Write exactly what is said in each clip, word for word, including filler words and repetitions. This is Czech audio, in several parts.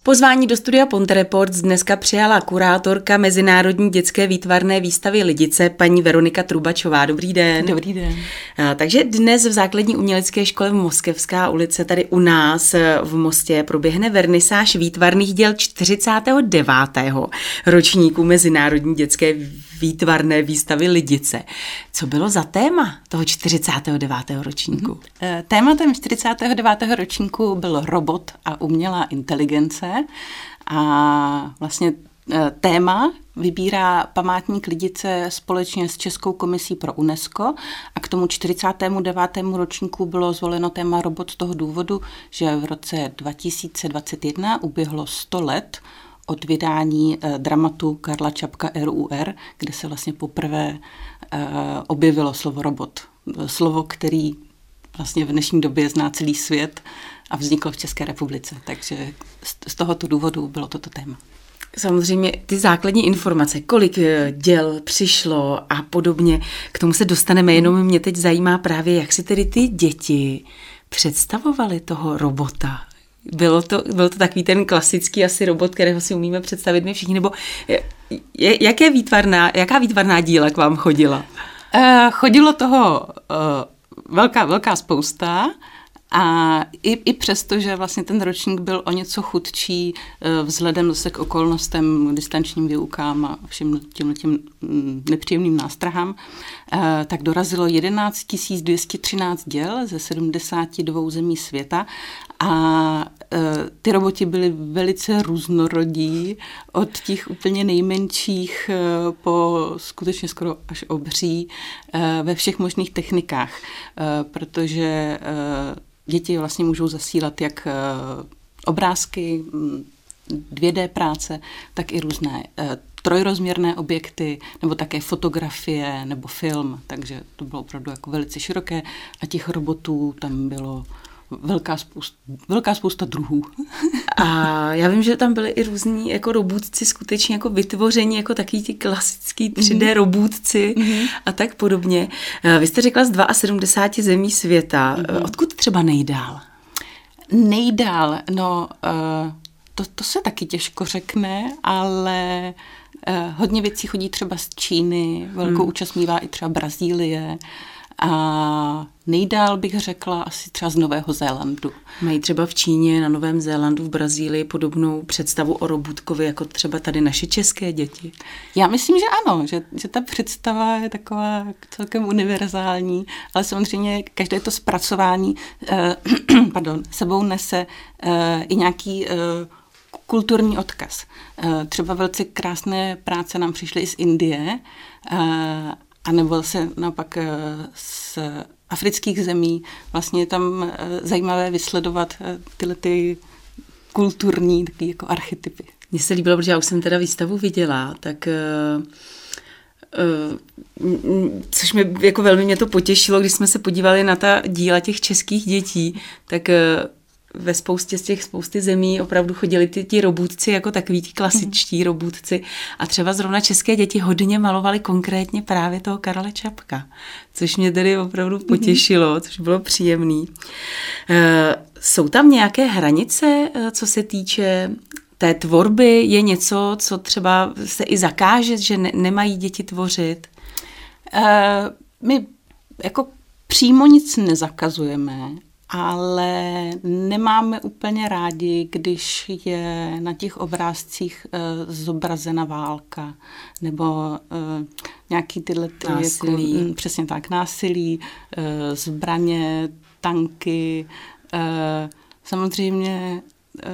Pozvání do studia Ponte Reports dneska přijala kurátorka Mezinárodní dětské výtvarné výstavy Lidice, paní Veronika Trubačová. Dobrý den. Dobrý den. Takže dnes v základní umělecké škole v Moskevská ulice tady u nás v Mostě proběhne vernisáž výtvarných děl čtyřicátého devátého ročníku Mezinárodní dětské výtvarné výstavy Lidice. Co bylo za téma toho čtyřicátého devátého ročníku? Tématem čtyřicátého devátého ročníku byl robot a umělá inteligence a vlastně téma vybírá památník Lidice společně s Českou komisí pro UNESCO a k tomu čtyřicátému devátému ročníku bylo zvoleno téma robot z toho důvodu, že v roce dva tisíce dvacet jedna uběhlo sto let od vydání eh, dramatu Karla Čapka R U R, kde se vlastně poprvé eh, objevilo slovo robot. Slovo, který vlastně v dnešní době zná celý svět a vzniklo v České republice. Takže z, z tohoto důvodu bylo toto téma. Samozřejmě ty základní informace, kolik děl přišlo a podobně, k tomu se dostaneme, jenom mě teď zajímá právě, jak si tedy ty děti představovaly toho robota. Bylo to, byl to takový ten klasický asi robot, kterého si umíme představit my všichni, nebo je, jaké výtvarná, jaká výtvarná díla k vám chodila? Uh, chodilo toho uh, velká, velká spousta. A i, i přesto, že vlastně ten ročník byl o něco chudší vzhledem zase k okolnostem, distančním výukám a všem těm, těm nepříjemným nástrahám, tak dorazilo jedenáct tisíc dvě stě třináct děl ze sedmdesáti dvou zemí světa a ty roboti byly velice různorodí, od těch úplně nejmenších po skutečně skoro až obří ve všech možných technikách, protože děti vlastně můžou zasílat jak obrázky, dvě dé práce, tak i různé trojrozměrné objekty, nebo také fotografie, nebo film, takže to bylo opravdu jako velice široké a těch robotů tam bylo velká spousta, velká spousta druhů. A já vím, že tam byly i různí jako robůtci skutečně jako vytvoření, jako takový ti klasický tři dé mm-hmm. robůtci mm-hmm. a tak podobně. Vy jste řekla z sedmdesáti dvou zemí světa. Mm-hmm. Odkud třeba nejdál? Nejdál, no to, to se taky těžko řekne, ale hodně věcí chodí třeba z Číny, velkou mm. účast mívá i třeba Brazílie. A nejdál bych řekla asi třeba z Nového Zélandu. Mají třeba v Číně, na Novém Zélandu, v Brazílii podobnou představu o robůtkovi, jako třeba tady naše české děti? Já myslím, že ano, že, že ta představa je taková celkem univerzální, ale samozřejmě každé to zpracování eh, pardon, sebou nese eh, i nějaký eh, kulturní odkaz. Eh, třeba velice krásné práce nám přišly i z Indie, eh, a nebo se naopak z afrických zemí. Vlastně je tam zajímavé vysledovat tyhle ty kulturní taky jako archetypy. Mně se líbilo, protože já už jsem teda výstavu viděla, tak což mě jako velmi mě to potěšilo, když jsme se podívali na ta díla těch českých dětí, tak ve spoustě z těch spousty zemí opravdu chodili ty, ti robůtci jako takový ti klasičtí mm. robůtci a třeba zrovna české děti hodně malovali konkrétně právě toho Karla Čapka, což mě tedy opravdu potěšilo, mm. což bylo příjemný. E, jsou tam nějaké hranice, co se týče té tvorby? Je něco, co třeba se i zakáže, že ne, nemají děti tvořit? E, my jako přímo nic nezakazujeme, ale nemáme úplně rádi, když je na těch obrázcích e, zobrazena válka nebo e, nějaký tyhle ty násilí. Jako, přesně tak, násilí, e, zbraně, tanky. E, samozřejmě, e,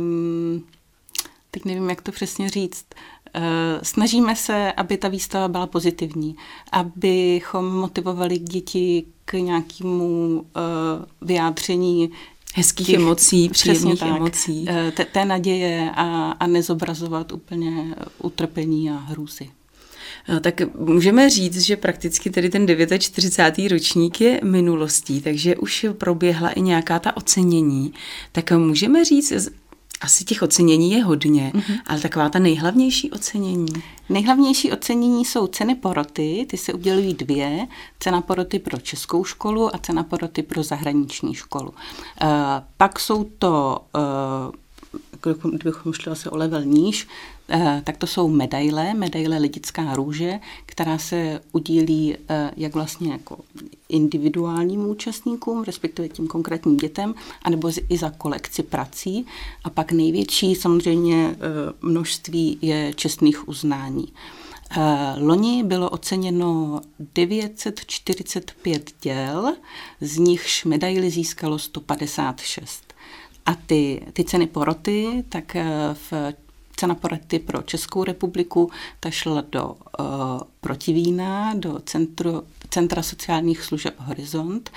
teď nevím, jak to přesně říct, snažíme se, aby ta výstava byla pozitivní, abychom motivovali děti k nějakému uh, vyjádření hezkých těch, emocí, příjemných tak, emocí. Té, té naděje a, a nezobrazovat úplně utrpení a hrůzy. No, tak můžeme říct, že prakticky tedy ten čtyřicátý devátý ročník je minulostí, takže už proběhla i nějaká ta ocenění. Tak můžeme říct, asi těch ocenění je hodně, mm-hmm. ale taková ta nejhlavnější ocenění? Nejhlavnější ocenění jsou ceny poroty, ty se udělují dvě, cena poroty pro českou školu a cena poroty pro zahraniční školu. Uh, pak jsou to uh, kdybychom šli asi o level níž, tak to jsou medaile, medaile Lidická růže, která se udílí jak vlastně jako individuálním účastníkům, respektive tím konkrétním dětem, anebo i za kolekci prací. A pak největší samozřejmě množství je čestných uznání. Loni bylo oceněno devět set čtyřicet pět děl, z nichž medaily získalo sto padesát šest. A ty, ty ceny poroty, tak v cena poroty pro Českou republiku, ta šla do uh, Protivína, do centru, Centra sociálních služeb Horizont.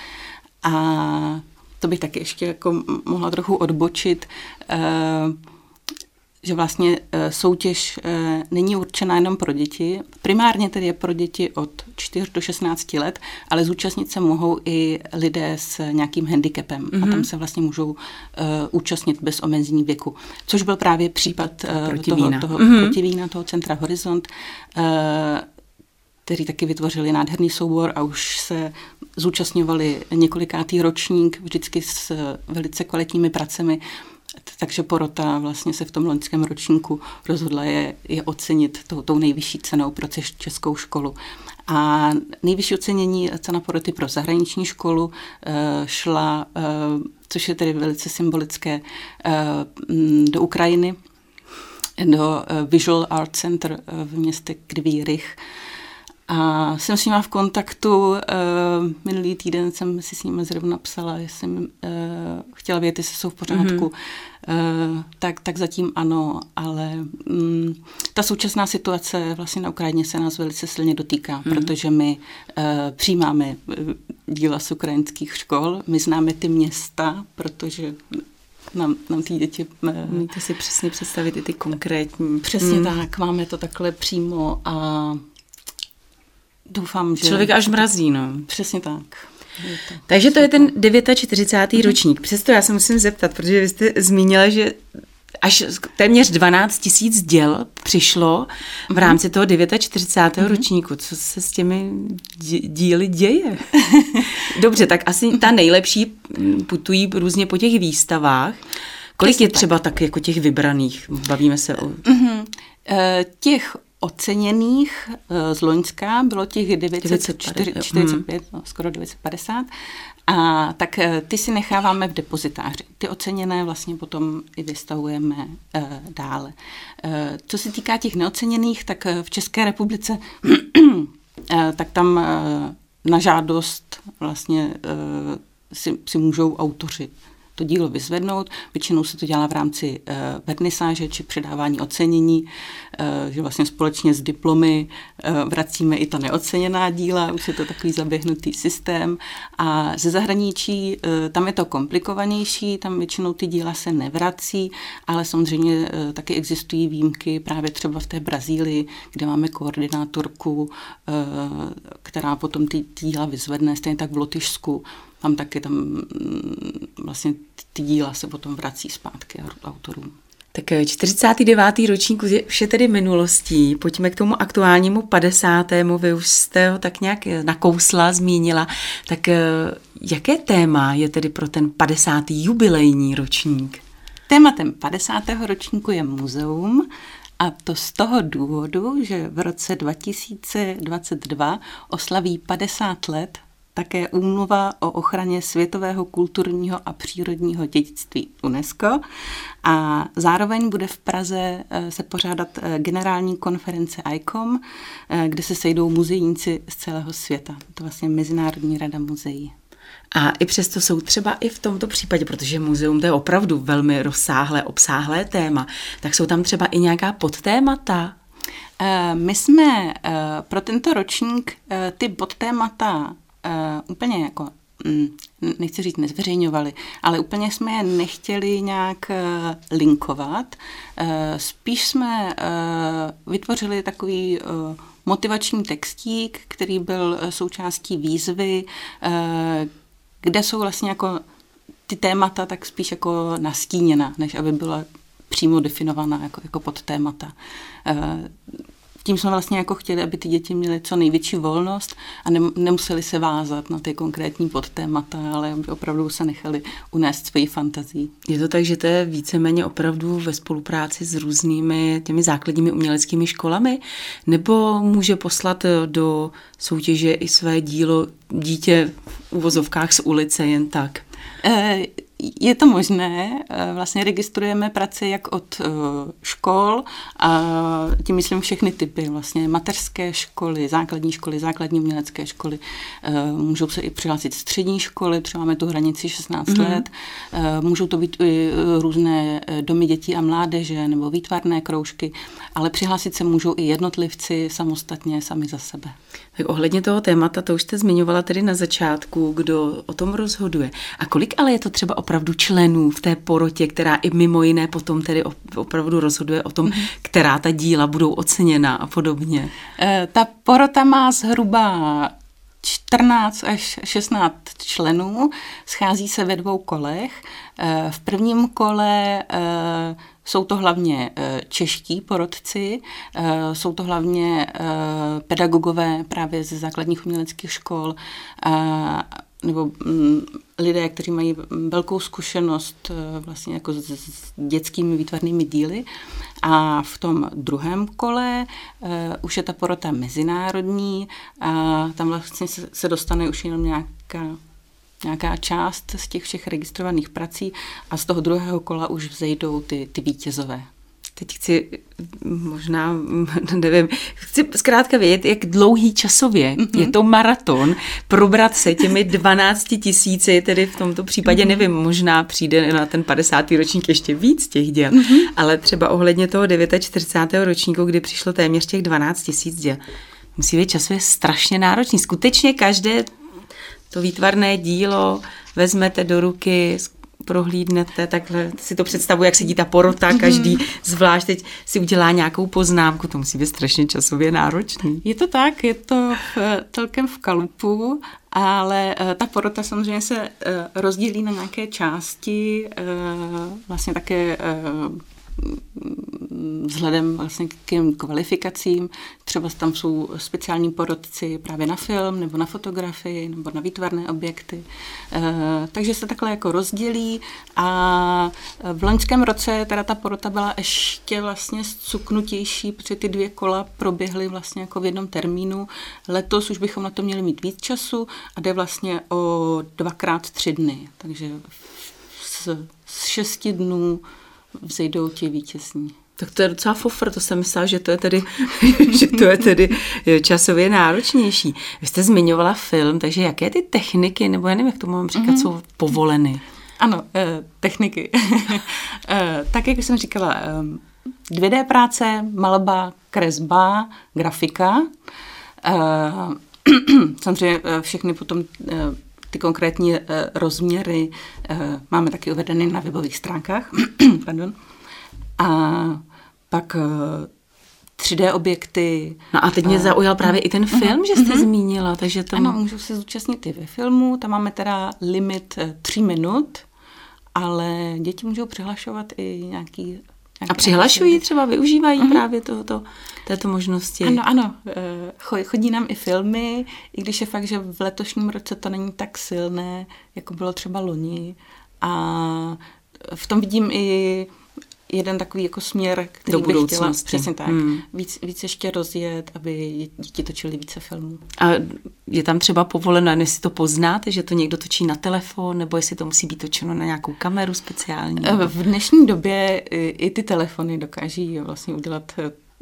A to bych taky ještě jako mohla trochu odbočit, uh, že vlastně soutěž není určená jenom pro děti. Primárně tedy je pro děti od čtyř do šestnácti let, ale zúčastnit se mohou i lidé s nějakým handicapem. Mm-hmm. A tam se vlastně můžou uh, účastnit bez omezení věku. Což byl právě případ uh, Protivína. toho, toho, mm-hmm. Protivína, toho Centra Horizont, uh, který taky vytvořili nádherný soubor a už se zúčastňovali několikátý ročník, vždycky s velice kvalitními pracemi. Takže porota vlastně se v tom loňském ročníku rozhodla je, je ocenit tou, tou nejvyšší cenou pro českou školu. A nejvyšší ocenění cena poroty pro zahraniční školu šla, což je tedy velice symbolické, do Ukrajiny, do Visual Art Center v městě Kryvý Rih. A jsem s nima v kontaktu, uh, minulý týden jsem si s nimi zrovna psala, jestli uh, chtěla vědět, jestli jsou v pořádku, mm-hmm. uh, tak, tak zatím ano, ale um, ta současná situace vlastně na Ukrajině se nás velice silně dotýká, mm-hmm. protože my uh, přijímáme díla z ukrajinských škol, my známe ty města, protože nám, nám ty děti... Umíte si přesně představit i ty konkrétní. Přesně mm. tak, máme to takhle přímo a doufám, že... Člověk až mrazí, no. Přesně tak. To Takže to je ten čtyřicátý devátý ročník. Přesto já se musím zeptat, protože vy jste zmínila, že až téměř dvanáct tisíc děl přišlo v rámci toho čtyřicátého devátého mm-hmm. ročníku. Co se s těmi díly děje? Dobře, tak asi ta nejlepší putují různě po těch výstavách. Kolik Přesně je třeba tak. tak jako těch vybraných? Bavíme se o... Mm-hmm. E, těch oceněných z loňska bylo těch devět set čtyřicet pět, no, skoro devět set padesát. A tak ty si necháváme v depozitáři. Ty oceněné vlastně potom i vystavujeme uh, dále. Uh, co se týká těch neoceněných, tak v České republice uh, tak tam uh, na žádost vlastně uh, si, si můžou autoři to dílo vyzvednout. Většinou se to dělá v rámci uh, vernisáže či předávání ocenění, uh, že vlastně společně s diplomy uh, vracíme i ta neoceněná díla, už je to takový zaběhnutý systém. A ze zahraničí uh, tam je to komplikovanější, tam většinou ty díla se nevrací, ale samozřejmě uh, taky existují výjimky, právě třeba v té Brazílii, kde máme koordinátorku, uh, která potom ty díla vyzvedne, stejně tak v Lotyšsku. Tam taky tam vlastně ty díla se potom vrací zpátky autorům. Tak čtyřicátý devátý ročník už je tedy minulostí. Pojďme k tomu aktuálnímu padesátému. Vy už jste ho tak nějak nakousla, zmínila. Tak jaké téma je tedy pro ten padesátý jubilejní ročník? Tématem padesátého ročníku je muzeum. A to z toho důvodu, že v roce dva tisíce dvacet dva oslaví padesát let také úmluva o ochraně světového kulturního a přírodního dědictví UNESCO a zároveň bude v Praze se pořádat generální konference I C O M, kde se sejdou muzejníci z celého světa. To vlastně Mezinárodní rada muzeí. A i přesto jsou třeba i v tomto případě, protože muzeum to je opravdu velmi rozsáhlé, obsáhlé téma, tak jsou tam třeba i nějaká podtémata? My jsme pro tento ročník ty podtémata Uh, úplně jako, mm, nechci říct nezveřejňovali, ale úplně jsme je nechtěli nějak uh, linkovat. Uh, spíš jsme uh, vytvořili takový uh, motivační textík, který byl uh, součástí výzvy, uh, kde jsou vlastně jako ty témata tak spíš jako nastíněna, než aby byla přímo definovaná jako, jako podtémata. Uh, tím jsme vlastně jako chtěli, aby ty děti měly co největší volnost a ne, nemuseli se vázat na ty konkrétní podtémata, ale aby opravdu se nechali unést svojí fantazí. Je to tak, že to je víceméně opravdu ve spolupráci s různými těmi základními uměleckými školami, nebo může poslat do soutěže i své dílo dítě v uvozovkách z ulice jen tak? E- Je to možné, vlastně registrujeme praci jak od škol a tím myslím všechny typy, vlastně mateřské školy, základní školy, základní umělecké školy, můžou se i přihlásit střední školy, třeba máme tu hranici šestnáct mm-hmm. let, můžou to být i různé domy dětí a mládeže nebo výtvarné kroužky, ale přihlásit se můžou i jednotlivci samostatně, sami za sebe. Tak ohledně toho témata, to už jste zmiňovala tedy na začátku, kdo o tom rozhoduje. A kolik ale je to třeba opravdu členů v té porotě, která i mimo jiné potom tedy opravdu rozhoduje o tom, mm-hmm. která ta díla budou oceněna a podobně? E, ta porota má zhruba čtrnáct až šestnáct členů, schází se ve dvou kolech. E, v prvním kole e, jsou to hlavně čeští porotci, jsou to hlavně pedagogové právě ze základních uměleckých škol, nebo lidé, kteří mají velkou zkušenost vlastně jako s dětskými výtvarnými díly. A v tom druhém kole už je ta porota mezinárodní a tam vlastně se dostane už jenom nějaká nějaká část z těch všech registrovaných prací a z toho druhého kola už vzejdou ty, ty vítězové. Teď chci, možná, nevím, chci zkrátka vědět, jak dlouhý časově mm-hmm. je to maraton, probrat se těmi dvanácti tisíci, tedy v tomto případě, mm-hmm. nevím, možná přijde na ten padesátý ročník ještě víc těch děl, mm-hmm. ale třeba ohledně toho čtyřicátého devátého ročníku, kdy přišlo téměř těch dvanáct tisíc děl, musí být časově strašně náročný. Skutečně každé to výtvarné dílo vezmete do ruky, prohlídnete, takhle si to představuji, jak sedí ta porota, každý zvlášť teď si udělá nějakou poznámku, to musí být strašně časově náročný. Je to tak, je to v, celkem v kalupu, ale ta porota samozřejmě se rozdělí na nějaké části, vlastně také vzhledem vlastně k těm kvalifikacím. Třeba tam jsou speciální porotci právě na film, nebo na fotografii, nebo na výtvarné objekty. E, takže se takhle jako rozdělí a v loňském roce teda ta porota byla ještě vlastně cuknutější, protože ty dvě kola proběhly vlastně jako v jednom termínu. Letos už bychom na to měli mít víc času a jde vlastně o dvakrát tři dny. Takže z, z šesti dnů vzejdou ti vítězní. Tak to je docela fofr, to jsem myslela, že to je tedy, že to je tedy časově náročnější. Vy jste zmiňovala film, takže jaké ty techniky, nebo já nevím, jak to mám říkat, mm-hmm. jsou povoleny? Ano, eh, techniky. eh, tak, jak jsem říkala, eh, dvě dé práce, malba, kresba, grafika. Eh, samozřejmě všechny potom eh, ty konkrétní eh, rozměry eh, máme taky uvedeny na webových stránkách. Pardon. A pak tři dé objekty. No a teď mě zaujal právě i ten film, uh, že jste uh, zmínila. Takže to... Ano, můžou se zúčastnit i ve filmu. Tam máme teda limit tří minut, ale děti můžou přihlašovat i nějaký... A přihlašují třeba, využívají uh-huh. právě tohoto, této možnosti? Ano, ano. Chodí nám i filmy, i když je fakt, že v letošním roce to není tak silné, jako bylo třeba loni. A v tom vidím i jeden takový jako směr, který do bych chtěla přesně tak, hmm. víc, víc ještě rozjet, aby děti točili více filmů. A je tam třeba povoleno, jestli to poznáte, že to někdo točí na telefon, nebo jestli to musí být točeno na nějakou kameru speciální? V dnešní době i ty telefony dokáží vlastně udělat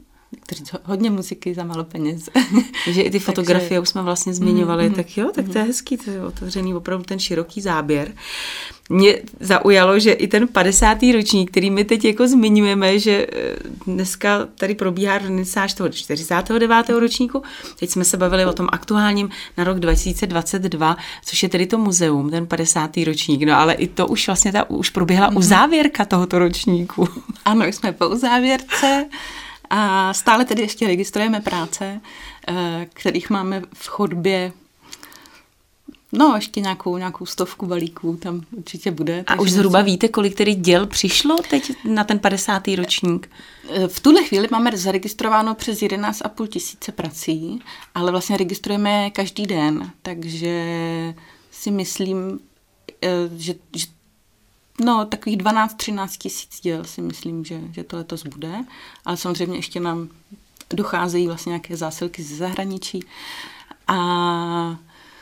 hodně muziky za málo peněz. Takže i ty fotografie Takže, už jsme vlastně zmiňovali, mm, tak jo, tak to je hezký, to je otevřený opravdu ten široký záběr. Mě zaujalo, že i ten padesátý ročník, který my teď jako zmiňujeme, že dneska tady probíhá vernisáž toho čtyřicátého devátého ročníku, teď jsme se bavili o tom aktuálním na rok dva tisíce dvacet dva, což je tedy to muzeum, ten padesátý ročník, no ale i to už vlastně ta, už proběhla mm. uzávěrka tohoto ročníku. Ano, jsme po uzávěrce. A stále tedy ještě registrujeme práce, kterých máme v chodbě No, ještě nějakou, nějakou stovku balíků tam určitě bude. A už zhruba víte, kolik tedy děl přišlo teď na ten padesátý ročník? V tuhle chvíli máme zaregistrováno přes jedenáct a půl tisíce prací, ale vlastně registrujeme každý den, takže si myslím, že, že no, takových dvanáct třináct tisíc děl si myslím, že, že to letos bude, ale samozřejmě ještě nám docházejí vlastně nějaké zásilky ze zahraničí a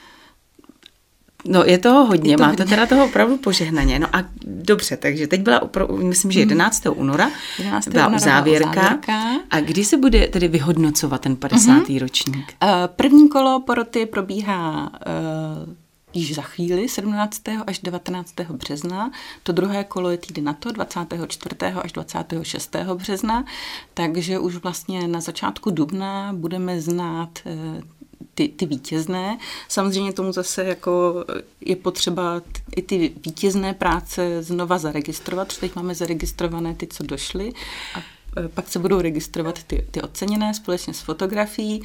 no, je toho hodně, je to máte hodně. teda toho opravdu požehnaně. No a dobře, takže teď byla, opravdu, myslím, že jedenáctého února jedenáctého byla února uzávěrka. byla uzávěrka. A kdy se bude tedy vyhodnocovat ten padesátý Mm-hmm. ročník? První kolo poroty probíhá uh, již za chvíli, sedmnáctého až devatenáctého března. To druhé kolo je týden na to, dvacátého čtvrtého až dvacátého šestého března. Takže už vlastně na začátku dubna budeme znát uh, Ty, ty vítězné. Samozřejmě tomu zase jako je potřeba i ty vítězné práce znova zaregistrovat, protože teď máme zaregistrované ty, co došly a pak se budou registrovat ty, ty oceněné společně s fotografií.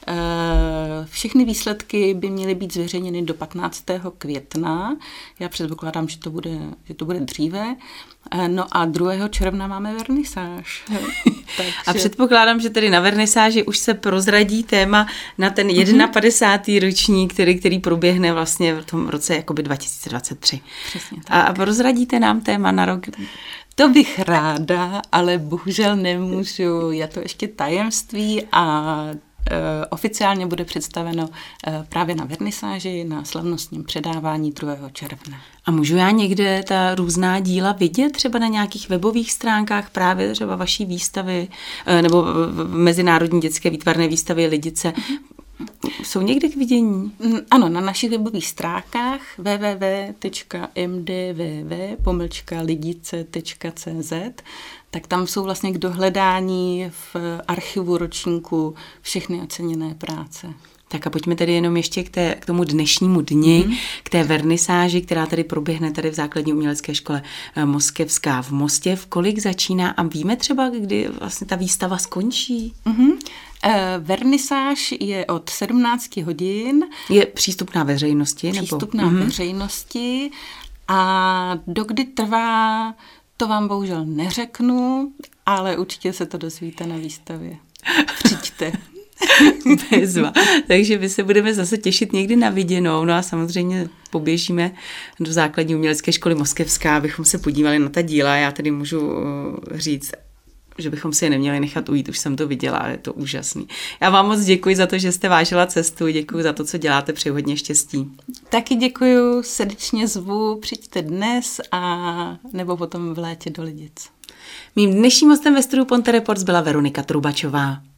Všechny výsledky by měly být zveřejněny do patnáctého května. Já předpokládám, že to bude, že to bude dříve. No a druhého června máme vernisáž. Takže... A předpokládám, že tedy na vernisáži už se prozradí téma na ten padesátý Mm-hmm. ročník, který, který proběhne vlastně v tom roce jakoby dva tisíce dvacet tři. Přesně tak. A, a prozradíte nám téma na rok? To bych ráda, ale bohužel nemůžu. Je to ještě tajemství a e, oficiálně bude představeno e, právě na vernisáži, na slavnostním předávání druhého června. A můžu já někde ta různá díla vidět, třeba na nějakých webových stránkách právě třeba vaší výstavy, e, nebo v Mezinárodní dětské výtvarné výstavy Lidice? Jsou někde k vidění? Ano, na našich webových stránkách w w w tečka m d v v pomlčka lidice tečka c z, tak tam jsou vlastně k dohledání v archivu ročníku všechny oceněné práce. Tak a pojďme tedy jenom ještě k, té, k tomu dnešnímu dni, mm. k té vernisáži, která tady proběhne tady v základní umělecké škole Moskevská v Mostě. V kolik začíná a víme třeba, kdy vlastně ta výstava skončí? Mm-hmm. E, vernisáž je od sedmnácti hodin. Je přístupná veřejnosti? Přístupná nebo? veřejnosti a dokdy trvá, to vám bohužel neřeknu, ale určitě se to dozvíte na výstavě. Přijďte. Bezva. Takže my se budeme zase těšit někdy na viděnou. No a samozřejmě poběžíme do základní umělecké školy Moskevská, abychom se podívali na ta díla. Já tedy můžu říct, že bychom si je neměli nechat ujít. Už jsem to viděla, je to úžasný. Já vám moc děkuji za to, že jste vážila cestu. Děkuji za to, co děláte. Přeji hodně štěstí. Taky děkuji, srdečně zvu. Přijďte dnes a nebo potom v létě do Lidic. Mým dnešním hostem ve studiu Ponte Reports byla Veronika Trubačová.